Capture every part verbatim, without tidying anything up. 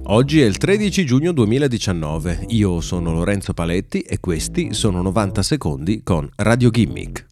Oggi è il tredici giugno duemiladiciannove, io sono Lorenzo Paletti e questi sono novanta secondi con Radio Gimmick.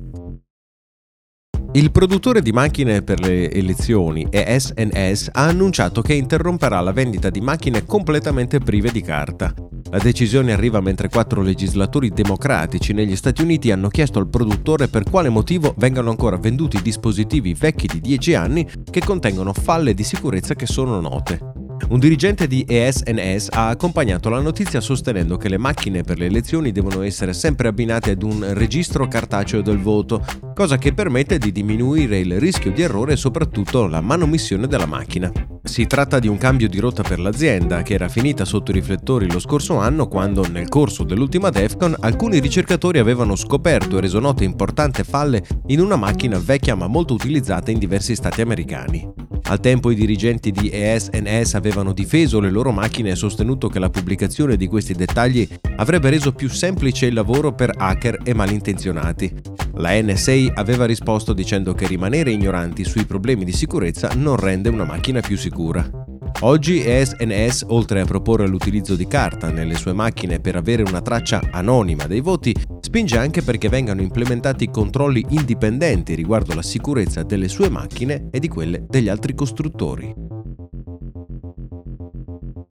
Il produttore di macchine per le elezioni E S and S ha annunciato che interromperà la vendita di macchine completamente prive di carta. La decisione arriva mentre quattro legislatori democratici negli Stati Uniti hanno chiesto al produttore per quale motivo vengano ancora venduti dispositivi vecchi di dieci anni che contengono falle di sicurezza che sono note. Un dirigente di E S and S ha accompagnato la notizia sostenendo che le macchine per le elezioni devono essere sempre abbinate ad un registro cartaceo del voto, cosa che permette di diminuire il rischio di errore e soprattutto la manomissione della macchina. Si tratta di un cambio di rotta per l'azienda, che era finita sotto i riflettori lo scorso anno quando, nel corso dell'ultima DEFCON, alcuni ricercatori avevano scoperto e reso note importanti falle in una macchina vecchia ma molto utilizzata in diversi stati americani. Al tempo i dirigenti di E S and S avevano difeso le loro macchine e sostenuto che la pubblicazione di questi dettagli avrebbe reso più semplice il lavoro per hacker e malintenzionati. La N S A aveva risposto dicendo che rimanere ignoranti sui problemi di sicurezza non rende una macchina più sicura. Oggi E S and S, oltre a proporre l'utilizzo di carta nelle sue macchine per avere una traccia anonima dei voti, spinge anche perché vengano implementati controlli indipendenti riguardo la sicurezza delle sue macchine e di quelle degli altri costruttori.